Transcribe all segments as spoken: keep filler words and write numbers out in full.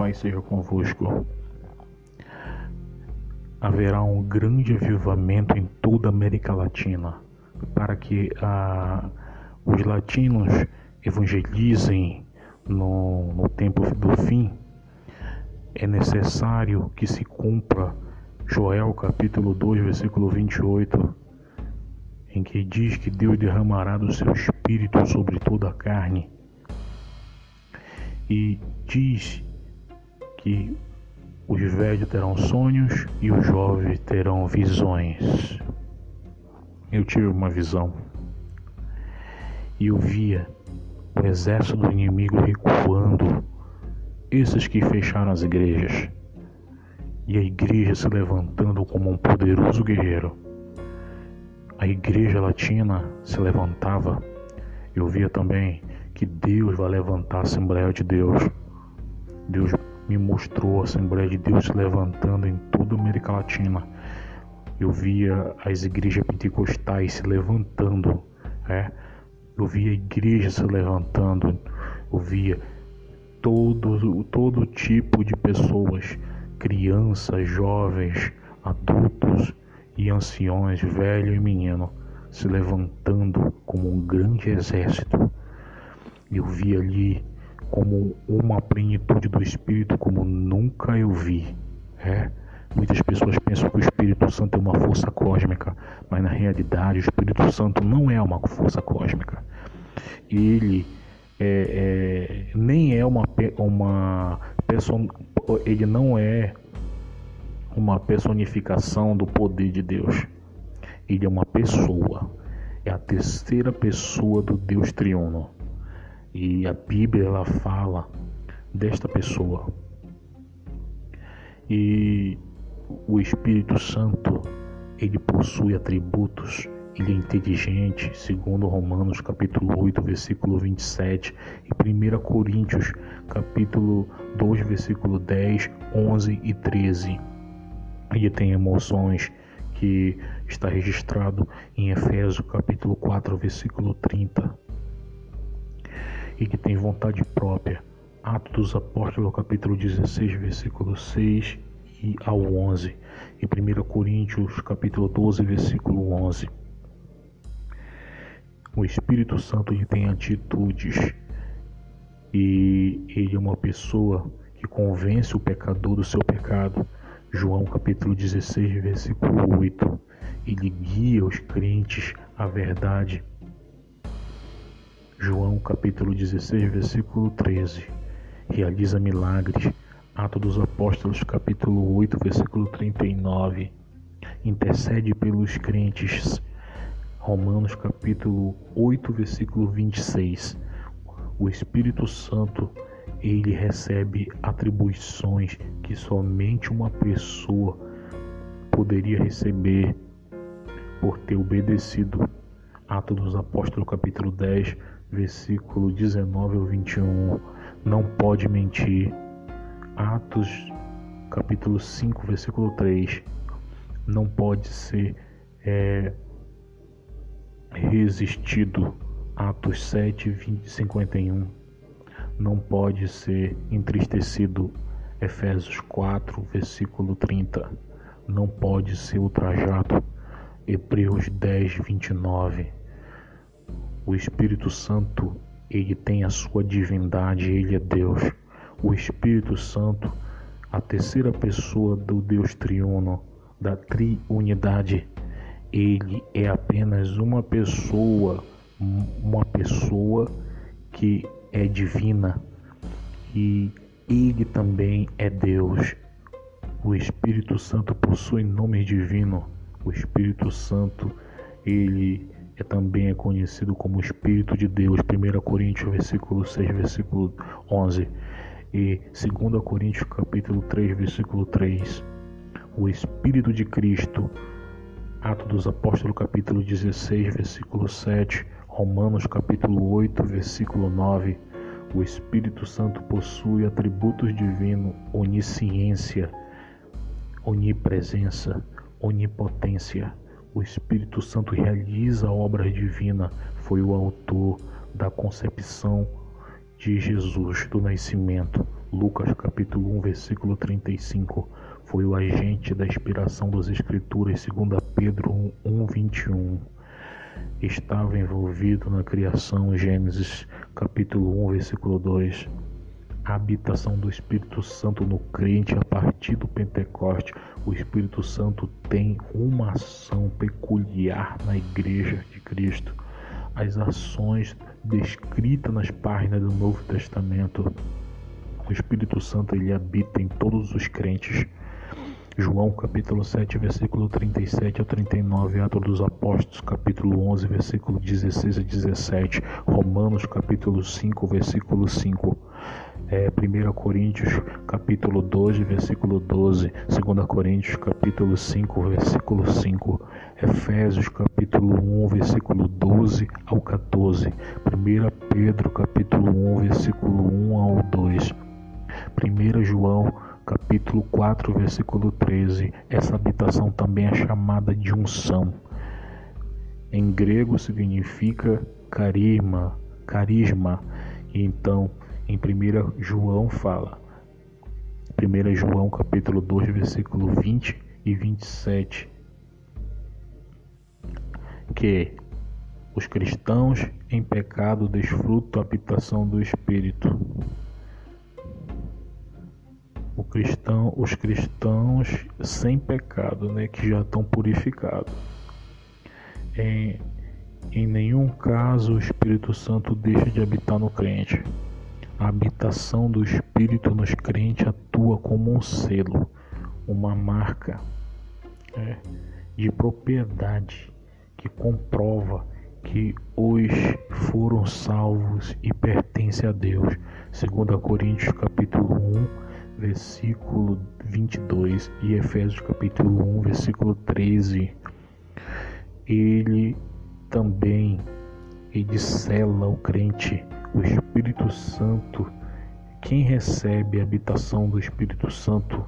Pai seja convosco. Haverá um grande avivamento em toda a América Latina para que ah, os latinos evangelizem no, no tempo do fim. É necessário que se cumpra Joel capítulo dois, versículo vinte e oito, em que diz que Deus derramará do seu Espírito sobre toda a carne. E diz que os velhos terão sonhos e os jovens terão visões. Eu tive uma visão e eu via o exército do inimigo recuando, esses que fecharam as igrejas, e a igreja se levantando como um poderoso guerreiro. A igreja latina se levantava. Eu via também que Deus vai levantar a Assembleia de Deus. Deus me mostrou a Assembleia de Deus se levantando em toda a América Latina. Eu via as igrejas pentecostais se levantando, é? Eu via a igreja se levantando. Eu via todo, todo tipo de pessoas, crianças, jovens, adultos e anciões, velho e menino, se levantando como um grande exército. Eu vi ali como uma plenitude do Espírito como nunca eu vi. É? Muitas pessoas pensam que o Espírito Santo é uma força cósmica, mas na realidade o Espírito Santo não é uma força cósmica. Ele é, é, nem é uma, uma person... ele não é uma personificação do poder de Deus. Ele é uma pessoa, é a terceira pessoa do Deus triuno. E a Bíblia ela fala desta pessoa. E o Espírito Santo, ele possui atributos, ele é inteligente, segundo Romanos capítulo oito, versículo vinte e sete, e primeira Coríntios capítulo dois, versículo dez, onze e treze. Ele tem emoções, que está registrado em Efésios capítulo quatro, versículo trinta. E que tem vontade própria, Atos dos Apóstolos capítulo dezesseis, versículo seis e ao onze, e primeira Coríntios capítulo doze, versículo onze. O Espírito Santo ele tem atitudes, e ele é uma pessoa que convence o pecador do seu pecado. João capítulo dezesseis, versículo oito. Ele guia os crentes à verdade. João capítulo dezesseis, versículo treze. Realiza milagres. Atos dos Apóstolos capítulo oito, versículo trinta e nove. Intercede pelos crentes. Romanos capítulo oito, versículo vinte e seis. O Espírito Santo ele recebe atribuições que somente uma pessoa poderia receber por ter obedecido. Atos dos Apóstolos capítulo dez, versículo dezenove ao vinte e um. Não pode mentir. Atos capítulo cinco, versículo três. Não pode ser é, resistido. Atos sete, vinte, cinquenta e um. Não pode ser entristecido. Efésios quatro, versículo trinta. Não pode ser ultrajado. Hebreus dez, vinte e nove. O Espírito Santo, ele tem a sua divindade, ele é Deus. O Espírito Santo, a terceira pessoa do Deus triuno, da triunidade, ele é apenas uma pessoa, uma pessoa que é divina, e ele também é Deus. O Espírito Santo possui nome divino. O Espírito Santo, ele é também é conhecido como Espírito de Deus. primeira Coríntios versículo seis, versículo onze, e segunda Coríntios capítulo três, versículo três. O Espírito de Cristo, Atos dos Apóstolos capítulo dezesseis, versículo sete. Romanos capítulo oito, versículo nove. O Espírito Santo possui atributos divinos, onisciência, onipresença, onipotência. O Espírito Santo realiza obras divinas. Foi o autor da concepção de Jesus, do nascimento. Lucas capítulo um, versículo trinta e cinco, foi o agente da inspiração das Escrituras. Segundo Pedro um, vinte e um, estava envolvido na criação. Gênesis capítulo um, versículo dois, a habitação do Espírito Santo no crente. A partir do Pentecoste, o Espírito Santo tem uma ação peculiar na Igreja de Cristo. As ações descritas nas páginas do Novo Testamento. O Espírito Santo, ele habita em todos os crentes. João capítulo sete, versículo trinta e sete ao trinta e nove, Atos dos Apóstolos capítulo onze, versículo dezesseis a dezessete, Romanos capítulo cinco, versículo cinco, é, primeira Coríntios capítulo doze, versículo doze, segunda Coríntios capítulo cinco, versículo cinco, Efésios capítulo um, versículo doze ao quatorze, primeira Pedro capítulo um, versículo um ao dois, primeira João capítulo quatro, versículo treze. Essa habitação também é chamada de unção. Em grego significa carisma, carisma. Então, em primeira João fala, primeira João capítulo dois, versículo vinte e vinte e sete, que os cristãos em pecado desfrutam a habitação do Espírito. O cristão, os cristãos sem pecado, né, que já estão purificados. Em, em nenhum caso o Espírito Santo deixa de habitar no crente. A habitação do Espírito nos crentes atua como um selo, uma marca, né, de propriedade que comprova que os foram salvos e pertencem a Deus. Segunda Coríntios capítulo um, versículo vinte e dois, e Efésios capítulo um, versículo treze. Ele também ele sela o crente. O Espírito Santo, quem recebe a habitação do Espírito Santo,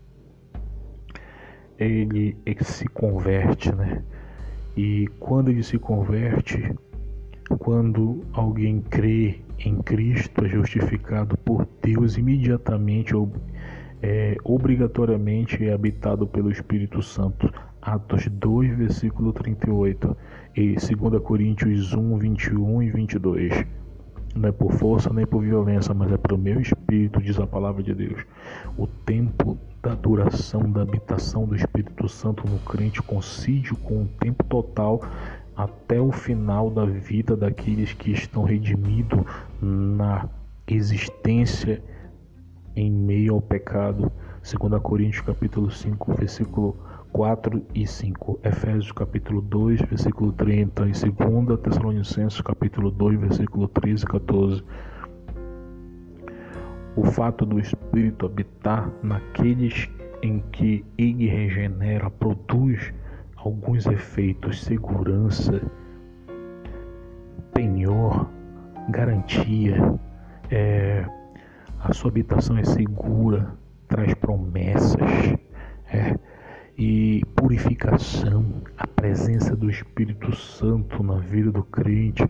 ele, ele se converte, né? E quando ele se converte, quando alguém crê em Cristo, é justificado por Deus, imediatamente, é, obrigatoriamente é habitado pelo Espírito Santo. Atos dois, versículo trinta e oito, e segunda Coríntios um, vinte e um e vinte e dois. Não é por força nem por violência, mas é pelo meu Espírito, diz a palavra de Deus. O tempo da duração da habitação do Espírito Santo no crente coincide com o tempo total até o final da vida daqueles que estão redimidos na existência em meio ao pecado. segunda Coríntios capítulo cinco, versículo quatro e cinco, Efésios capítulo dois, versículo trinta, e segunda Tessalonicenses capítulo dois, versículo treze e quatorze. O fato do Espírito habitar naqueles em que ele regenera produz alguns efeitos: segurança, penhor, garantia. É, a sua habitação é segura, traz promessas, é, e purificação. A presença do Espírito Santo na vida do crente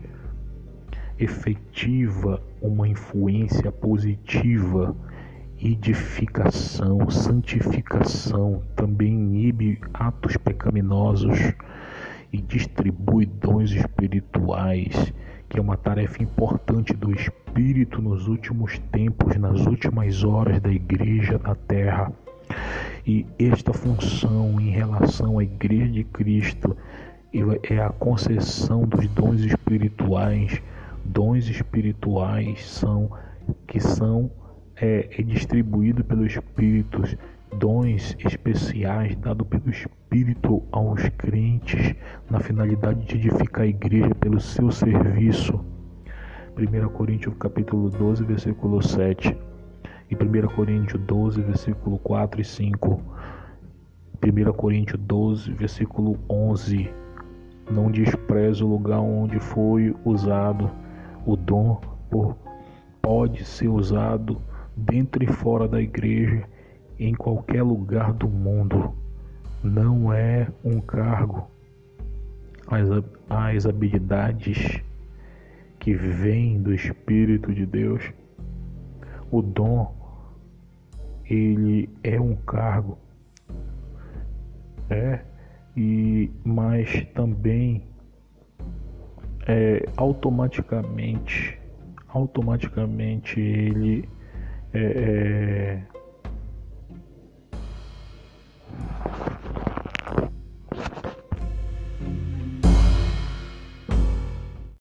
efetiva uma influência positiva, edificação, santificação, também inibe atos pecaminosos e distribui dons espirituais, que é uma tarefa importante do Espírito nos últimos tempos, nas últimas horas da igreja na terra. E esta função em relação à igreja de Cristo é a concessão dos dons espirituais. Dons espirituais são que são é, é distribuído pelo Espírito, dons especiais dados pelo Espírito aos crentes na finalidade de edificar a igreja pelo seu serviço. primeira Coríntios capítulo doze, versículo sete, e primeira Coríntios doze, versículo quatro e cinco. primeira Coríntios doze, versículo onze. Não despreze o lugar onde foi usado. O dom por, pode ser usado dentro e fora da igreja, em qualquer lugar do mundo. Não é um cargo. As, as habilidades que vêm do Espírito de Deus, o dom ele é um cargo, é, e mas também é, automaticamente, automaticamente ele é, é,